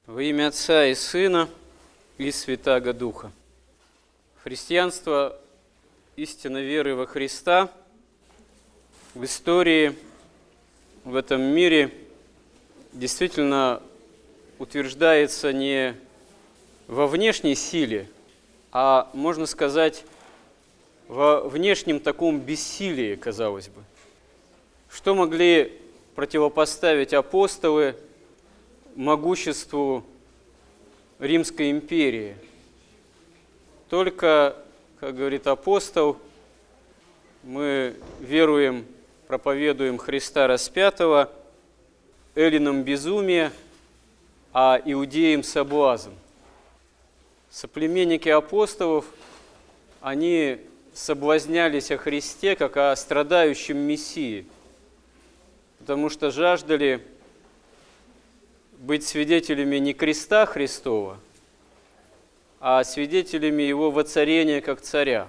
Во имя Отца и Сына и Святаго Духа. Христианство, истина веры во Христа в истории, в этом мире действительно утверждается не во внешней силе, а, можно сказать, во внешнем таком бессилии, казалось бы. Что могли противопоставить апостолы могуществу Римской империи? Только, как говорит апостол, мы веруем, проповедуем Христа распятого, эллинам безумие, а иудеям соблазн. Соплеменники апостолов, они соблазнялись о Христе, как о страдающем Мессии, потому что жаждали быть свидетелями не креста Христова, а свидетелями Его воцарения как царя.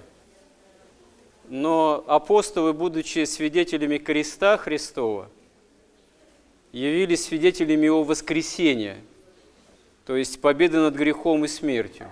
Но апостолы, будучи свидетелями креста Христова, явились свидетелями Его воскресения, то есть победы над грехом и смертью.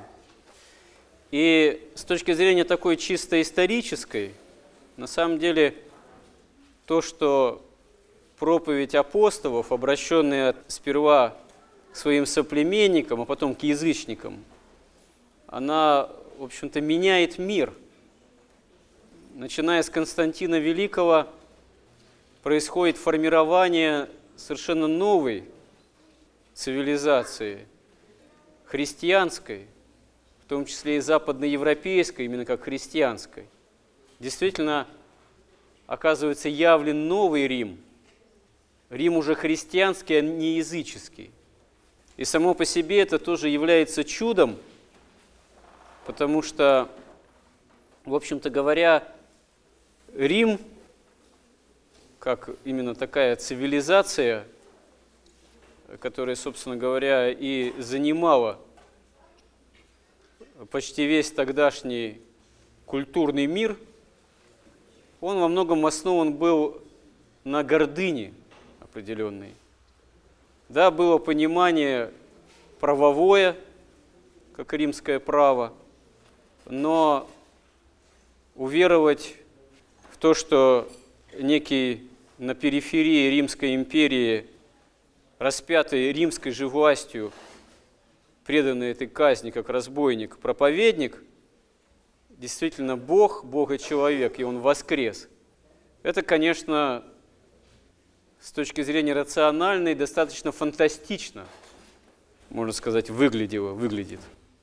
И с точки зрения такой чисто исторической, на самом деле, то, что проповедь апостолов, обращенная сперва к своим соплеменникам, а потом к язычникам, она, в общем-то, меняет мир. Начиная с Константина Великого происходит формирование совершенно новой цивилизации, христианской, в том числе и западноевропейской, именно как христианской. Действительно, оказывается, явлен новый Рим. Рим уже христианский, а не языческий. И само по себе это тоже является чудом, потому что, в общем-то говоря, Рим, как именно такая цивилизация, которая, собственно говоря, и занимала почти весь тогдашний культурный мир, он во многом основан был на гордыне определенной. Да, было понимание правовое, как римское право, но уверовать в то, что некий на периферии Римской империи, распятый римской же властью, преданный этой казни как разбойник, проповедник, действительно Бог, Бог и человек, и Он воскрес. Это, конечно, с точки зрения рациональной, достаточно фантастично, можно сказать, выглядит.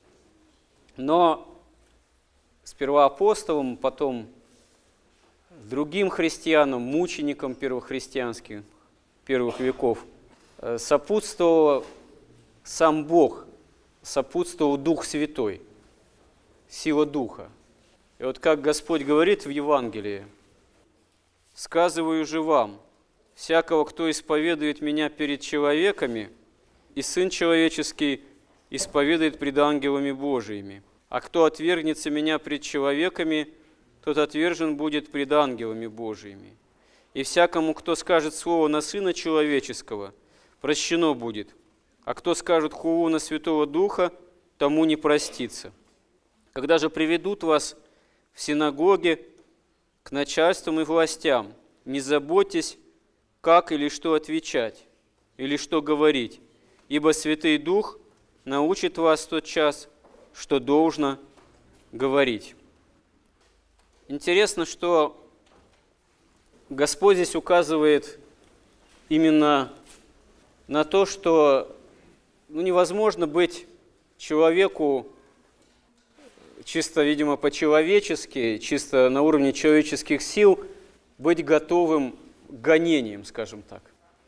Но сперва апостолам, потом другим христианам, мученикам первохристианских, первых веков, сопутствовал сам Бог, сопутствовал Дух Святой, сила Духа. И вот как Господь говорит в Евангелии: «Сказываю же вам, всякого, кто исповедует Меня перед человеками, и Сын Человеческий исповедует пред ангелами Божиими. А кто отвергнется Меня пред человеками, тот отвержен будет пред ангелами Божиими. И всякому, кто скажет слово на Сына Человеческого, прощено будет, а кто скажет хулу на Святого Духа, тому не простится. Когда же приведут вас в синагоге к начальствам и властям, не заботьтесь, как или что отвечать, или что говорить, ибо Святый Дух научит вас в тот час, что должно говорить». Интересно, что Господь здесь указывает именно на то, что невозможно быть человеку чисто, видимо, по-человечески, чисто на уровне человеческих сил, быть готовым к гонениям, скажем так.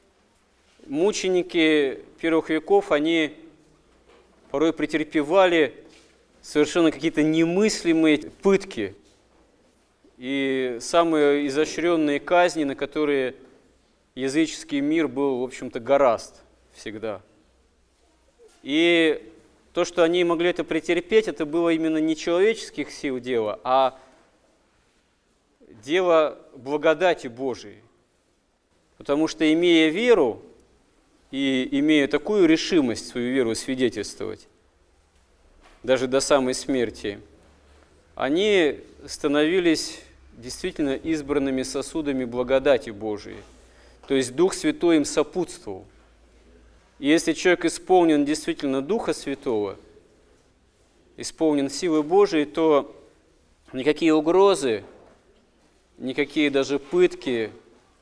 Мученики первых веков, они порой претерпевали совершенно какие-то немыслимые пытки и самые изощренные казни, на которые языческий мир был, в общем-то, горазд всегда. И то, что они могли это претерпеть, это было именно не человеческих сил дело, а дело благодати Божией. Потому что, имея веру, и имея такую решимость свою веру свидетельствовать, даже до самой смерти, они становились действительно избранными сосудами благодати Божией. То есть Дух Святой им сопутствовал. И если человек исполнен действительно Духа Святого, исполнен силы Божией, то никакие угрозы, никакие даже пытки,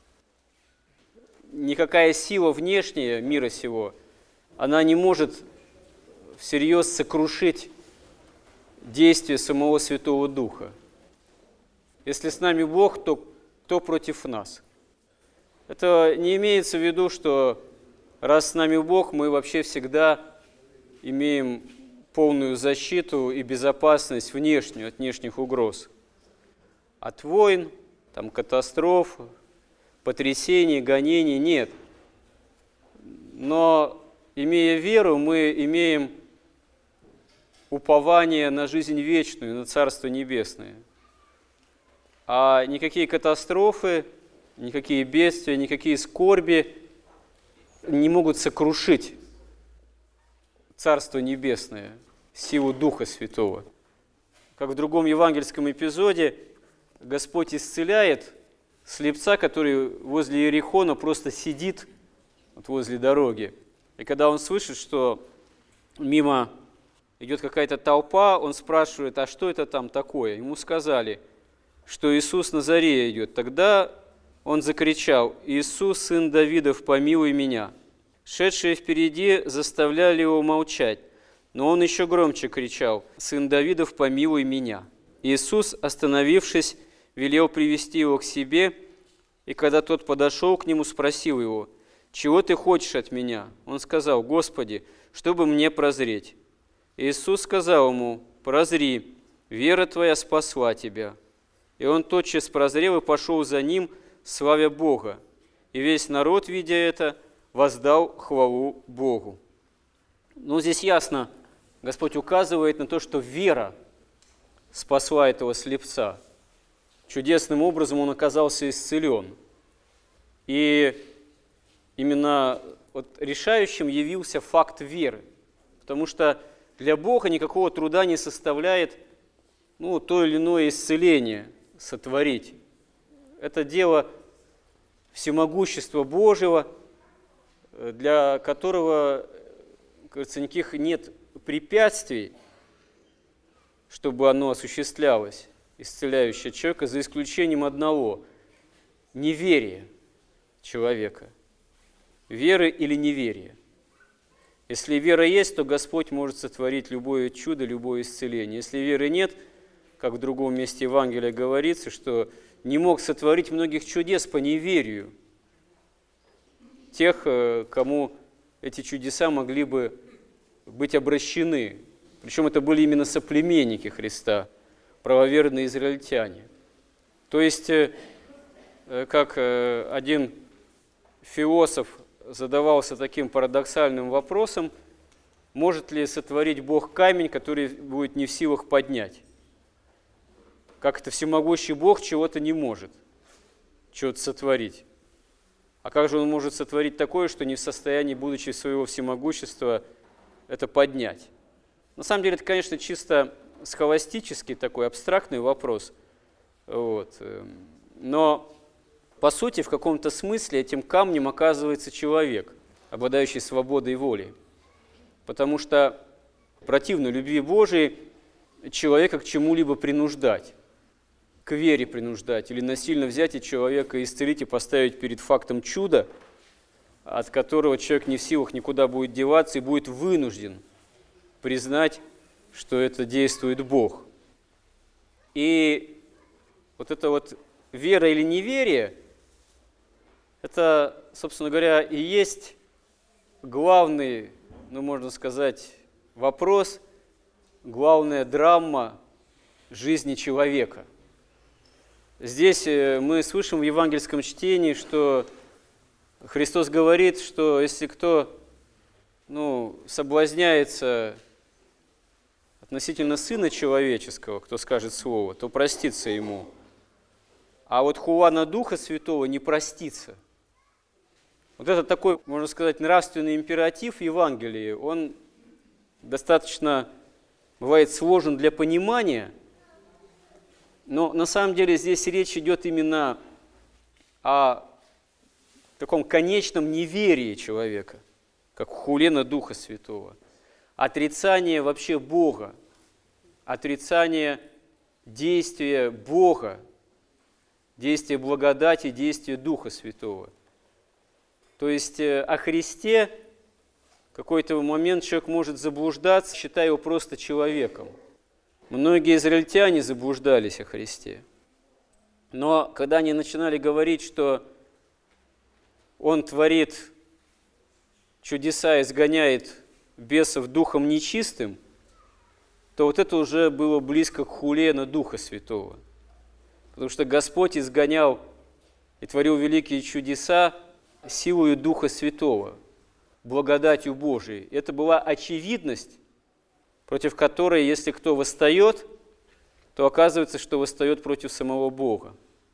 никакая сила внешняя мира сего, она не может всерьез сокрушить действие самого Святого Духа. Если с нами Бог, то кто против нас? Это не имеется в виду, что раз с нами Бог, мы вообще всегда имеем полную защиту и безопасность внешнюю от внешних угроз. От войн, там, катастроф, потрясений, гонений нет. Но, имея веру, мы имеем упование на жизнь вечную, на Царство Небесное. А никакие катастрофы, никакие бедствия, никакие скорби не могут сокрушить Царство Небесное, силу Духа Святого. Как в другом евангельском эпизоде, Господь исцеляет слепца, который возле Иерихона просто сидит вот возле дороги. И когда он слышит, что мимо идет какая-то толпа, он спрашивает, а что это там такое? Ему сказали, что Иисус Назарея идет. Тогда он закричал: «Иисус, сын Давидов, помилуй меня». Шедшие впереди заставляли его молчать, но он еще громче кричал: «Сын Давидов, помилуй меня». Иисус, остановившись, велел привести его к себе, и когда тот подошел к нему, спросил его: «Чего ты хочешь от меня?» Он сказал: «Господи, чтобы мне прозреть». Иисус сказал ему: «Прозри, вера твоя спасла тебя». И он тотчас прозрел и пошел за ним, славя Бога. И весь народ, видя это, воздал хвалу Богу. Ну, здесь ясно, Господь указывает на то, что вера спасла этого слепца. Чудесным образом он оказался исцелен. И именно вот решающим явился факт веры. Потому что для Бога никакого труда не составляет то или иное исцеление сотворить. Это дело всемогущества Божьего, для которого, кажется, никаких нет препятствий, чтобы оно осуществлялось, исцеляющее человека, за исключением одного – неверия человека. Веры или неверия. Если вера есть, то Господь может сотворить любое чудо, любое исцеление. Если веры нет, как в другом месте Евангелия говорится, что не мог сотворить многих чудес по неверию тех, кому эти чудеса могли бы быть обращены. Причем это были именно соплеменники Христа, правоверные израильтяне. То есть, как один философ задавался таким парадоксальным вопросом: может ли сотворить Бог камень, который будет не в силах поднять? Как это всемогущий Бог чего-то не может, чего-то сотворить? А как же Он может сотворить такое, что не в состоянии, будучи своего всемогущества, это поднять? На самом деле, это, конечно, чисто схоластический такой абстрактный вопрос. Вот. Но, по сути, в каком-то смысле этим камнем оказывается человек, обладающий свободой воли. Потому что противно любви Божией человека к чему-либо принуждать, к вере принуждать, или насильно взять и человека исцелить и поставить перед фактом чуда, от которого человек не в силах никуда будет деваться и будет вынужден признать, что это действует Бог. И вот эта вот вера или неверие, это, собственно говоря, и есть главный, можно сказать, вопрос, главная драма жизни человека. Здесь мы слышим в евангельском чтении, что Христос говорит, что если кто соблазняется относительно Сына Человеческого, кто скажет слово, то простится ему. А вот хула на Духа Святого не простится. Вот это такой, можно сказать, нравственный императив Евангелия, он достаточно, бывает, сложен для понимания, но на самом деле здесь речь идет именно о таком конечном неверии человека, как хулена Духа Святого, отрицание вообще Бога, отрицание действия Бога, действия благодати, действия Духа Святого. То есть о Христе в какой-то момент человек может заблуждаться, считая его просто человеком. Многие израильтяне заблуждались о Христе. Но когда они начинали говорить, что Он творит чудеса, изгоняет бесов духом нечистым, то вот это уже было близко к хуле на Духа Святого. Потому что Господь изгонял и творил великие чудеса силою Духа Святого, благодатью Божией. Это была очевидность, против которой, если кто восстает, то оказывается, что восстает против самого Бога.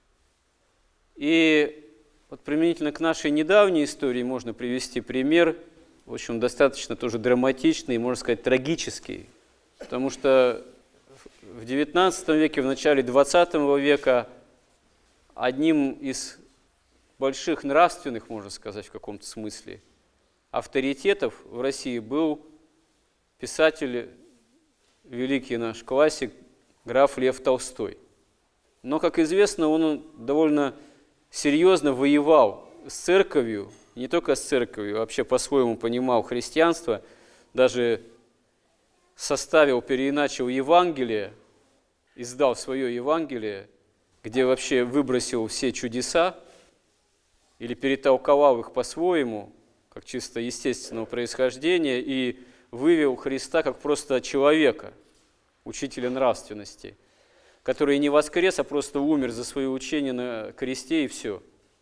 И вот применительно к нашей недавней истории можно привести пример, в общем, достаточно тоже драматичный, можно сказать, трагический. Потому что в XIX веке, в начале XX века одним из больших нравственных, можно сказать, в каком-то смысле, авторитетов в России был писатель, великий наш классик, граф Лев Толстой. Но, как известно, он довольно серьезно воевал с церковью, не только с церковью, вообще по-своему понимал христианство, даже составил, переиначил Евангелие, издал свое Евангелие, где вообще выбросил все чудеса или перетолковал их по-своему, как чисто естественного происхождения, и вывел Христа как просто человека, учителя нравственности, который не воскрес, а просто умер за свое учение на кресте, и все.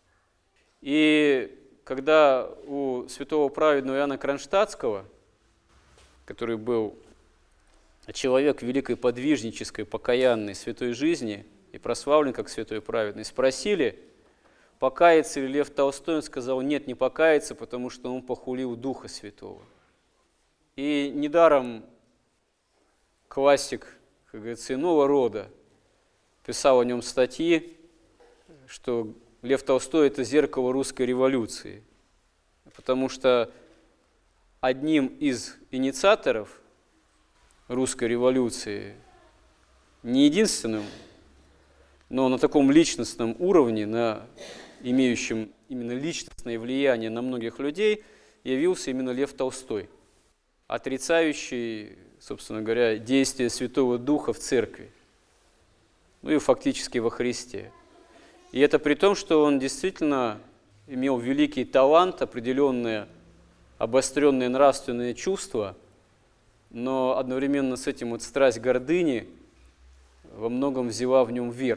И когда у святого праведного Иоанна Кронштадтского, который был человек великой подвижнической, покаянной, святой жизни и прославлен как святой праведный, спросили, покаяться ли Лев Толстой, он сказал, нет, не покаяться, потому что он похулил Духа Святого. И недаром классик, как говорится, иного рода писал о нем статьи, что Лев Толстой – это зеркало русской революции, потому что одним из инициаторов русской революции, не единственным, но на таком личностном уровне, имеющем именно личностное влияние на многих людей, явился именно Лев Толстой, отрицающий, собственно говоря, действие Святого Духа в Церкви, ну и фактически во Христе. И это при том, что он действительно имел великий талант, определенное обостренное нравственное чувство, но одновременно с этим вот страсть гордыни во многом взяла в нем верх.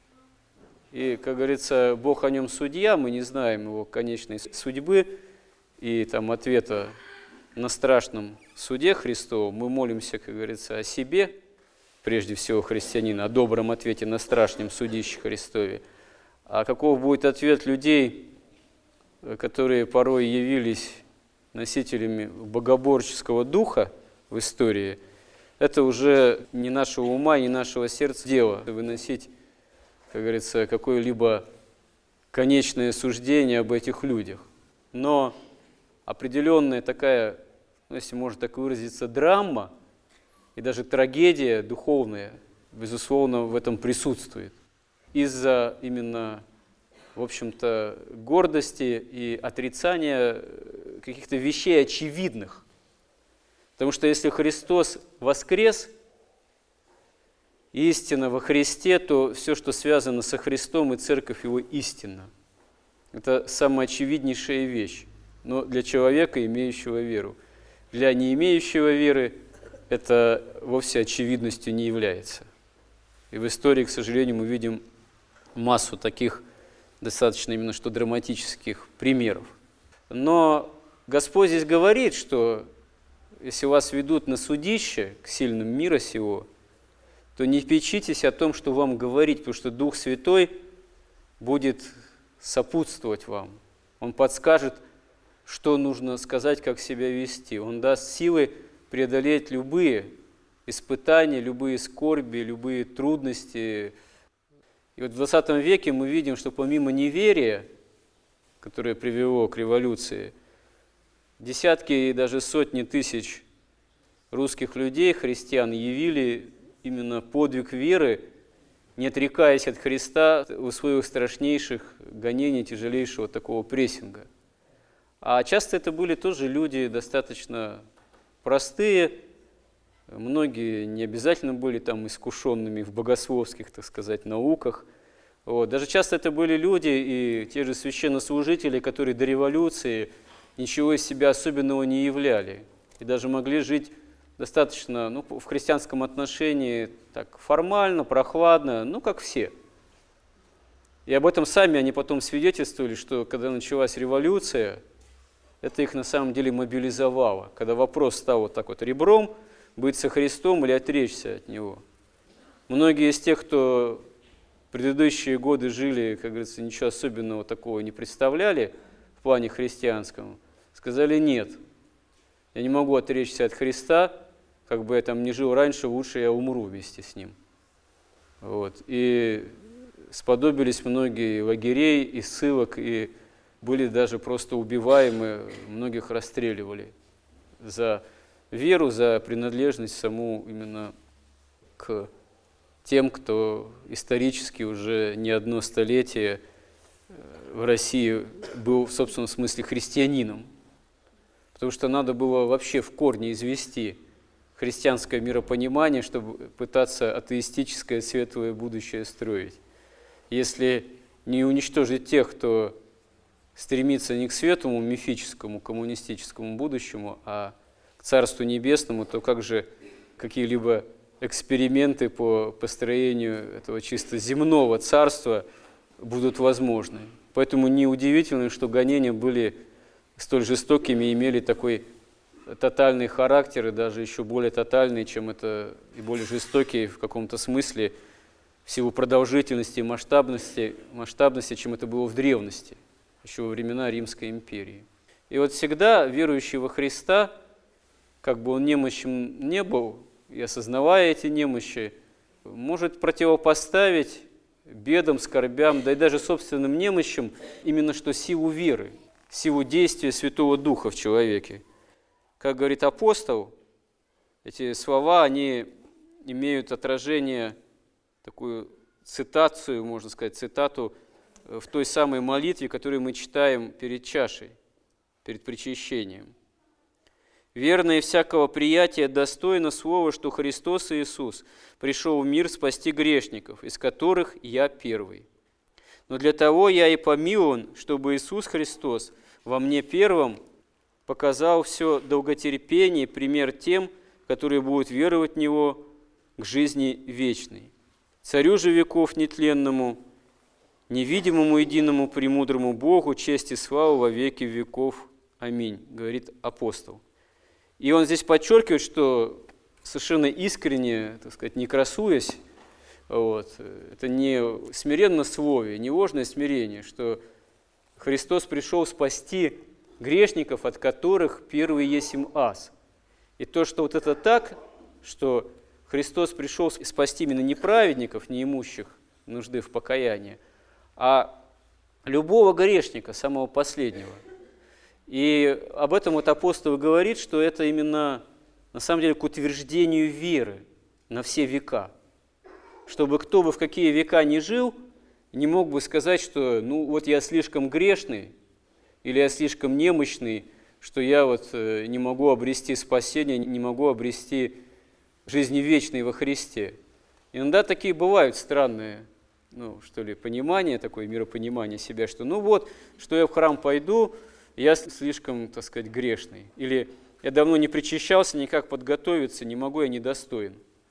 И, как говорится, Бог о нем судья, мы не знаем его конечной судьбы и там ответа на страшном суде Христовом. Мы молимся, как говорится, о себе, прежде всего христианина, о добром ответе на страшном судище Христове. А каков будет ответ людей, которые порой явились носителями богоборческого духа в истории, это уже не нашего ума, не нашего сердца дело выносить, как говорится, какое-либо конечное суждение об этих людях. Но определенная такая, если можно так выразиться, драма и даже трагедия духовная, безусловно, в этом присутствует. Из-за именно, в общем-то, гордости и отрицания каких-то вещей очевидных. Потому что если Христос воскрес, истина во Христе, то все, что связано со Христом и Церковь Его, истинна. Это самая очевиднейшая вещь, но для человека, имеющего веру. Для не имеющего веры это вовсе очевидностью не является. И в истории, к сожалению, мы видим массу таких достаточно именно что драматических примеров. Но Господь здесь говорит, что если вас ведут на судище к сильным мира сего, то не печитесь о том, что вам говорить, потому что Дух Святой будет сопутствовать вам. Он подскажет, что нужно сказать, как себя вести. Он даст силы преодолеть любые испытания, любые скорби, любые трудности. И вот в 20 веке мы видим, что помимо неверия, которое привело к революции, десятки и даже сотни тысяч русских людей, христиан, явили именно подвиг веры, не отрекаясь от Христа в условиях страшнейших гонений, тяжелейшего такого прессинга. А часто это были тоже люди достаточно простые, многие не обязательно были там искушенными в богословских, так сказать, науках. Вот. Даже часто это были люди и те же священнослужители, которые до революции ничего из себя особенного не являли и даже могли жить достаточно, в христианском отношении так формально, прохладно, как все. И об этом сами они потом свидетельствовали, что когда началась революция, это их на самом деле мобилизовало. Когда вопрос стал вот так вот ребром, быть со Христом или отречься от Него. Многие из тех, кто в предыдущие годы жили, как говорится, ничего особенного такого не представляли в плане христианском, сказали: нет, я не могу отречься от Христа, как бы я там ни жил раньше, лучше я умру вместе с Ним. Вот. И сподобились многие лагерей и ссылок, и были даже просто убиваемы, многих расстреливали за веру, за принадлежность саму именно к тем, кто исторически уже не одно столетие в России был в собственном смысле христианином. Потому что надо было вообще в корне извести христианское миропонимание, чтобы пытаться атеистическое светлое будущее строить. Если не уничтожить тех, кто стремится не к светлому, мифическому, коммунистическому будущему, а к Царству Небесному, то как же какие-либо эксперименты по построению этого чисто земного царства будут возможны. Поэтому неудивительно, что гонения были столь жестокими и имели такой тотальный характер, и даже еще более тотальный, чем это, и более жестокий в каком-то смысле, в силу продолжительности и масштабности, чем это было в древности, еще во времена Римской империи. И вот всегда верующий во Христа, как бы он немощен не был, и осознавая эти немощи, может противопоставить бедам, скорбям, да и даже собственным немощам именно что силу веры, силу действия Святого Духа в человеке. Как говорит апостол, эти слова, они имеют отражение, такую цитацию, можно сказать, цитату в той самой молитве, которую мы читаем перед чашей, перед причащением. «Верно и всякого приятия достойно слова, что Христос Иисус пришел в мир спасти грешников, из которых я первый. Но для того я и помилован, чтобы Иисус Христос во мне первым показал все долготерпение и пример тем, которые будут веровать в Него к жизни вечной. Царю же веков нетленному, невидимому единому премудрому Богу, честь и слава во веки веков. Аминь», говорит апостол. И он здесь подчеркивает, что совершенно искренне, так сказать, не красуясь, это не смиреннословие, не ложное смирение, что Христос пришел спасти грешников, от которых первый есть им ас. И то, что вот это так, что Христос пришел спасти именно не праведников, не имущих нужды в покаянии, а любого грешника, самого последнего. И об этом вот апостол говорит, что это именно, на самом деле, к утверждению веры на все века. Чтобы кто бы в какие века ни жил, не мог бы сказать, что вот я слишком грешный, или я слишком немощный, что я вот не могу обрести спасение, не могу обрести жизни вечной во Христе. Иногда такие бывают странные, понимания, такое миропонимание себя, что что я в храм пойду, я слишком, так сказать, грешный. Или я давно не причащался, никак подготовиться не могу, я недостоин.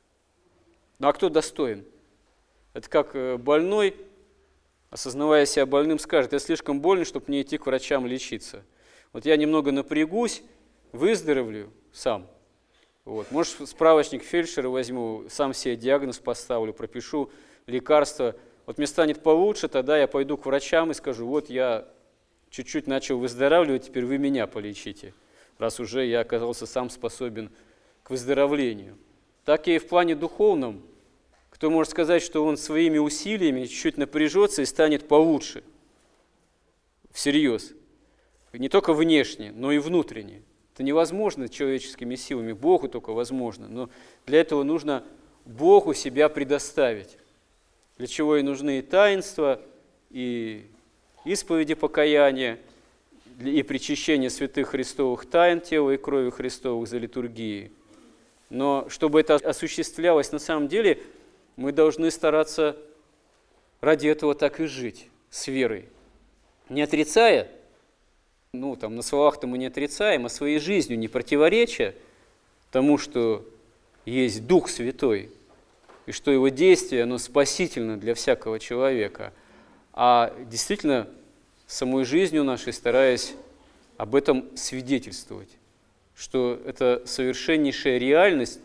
А кто достоин? Это как больной, осознавая себя больным, скажет: я слишком больный, чтобы мне идти к врачам лечиться. Вот я немного напрягусь, выздоровлю сам. Может, справочник фельдшера возьму, сам себе диагноз поставлю, пропишу лекарства. Вот мне станет получше, тогда я пойду к врачам и скажу: вот я чуть-чуть начал выздоравливать, теперь вы меня полечите, раз уже я оказался сам способен к выздоровлению. Так и в плане духовном. Кто может сказать, что он своими усилиями чуть-чуть напряжется и станет получше? Всерьез. Не только внешне, но и внутренне. Это невозможно человеческими силами, Богу только возможно. Но для этого нужно Богу себя предоставить. Для чего и нужны и таинства, и исповеди покаяния, и причащение святых христовых тайн, тела и крови Христовых за литургией. Но чтобы это осуществлялось на самом деле, мы должны стараться ради этого так и жить, с верой. Не отрицая, на словах-то мы не отрицаем, а своей жизнью не противоречия тому, что есть Дух Святой, и что Его действие, оно спасительно для всякого человека, а действительно самой жизнью нашей стараясь об этом свидетельствовать, что это совершеннейшая реальность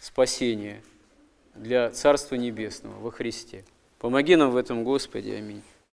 спасения для Царства Небесного во Христе. Помоги нам в этом, Господи. Аминь.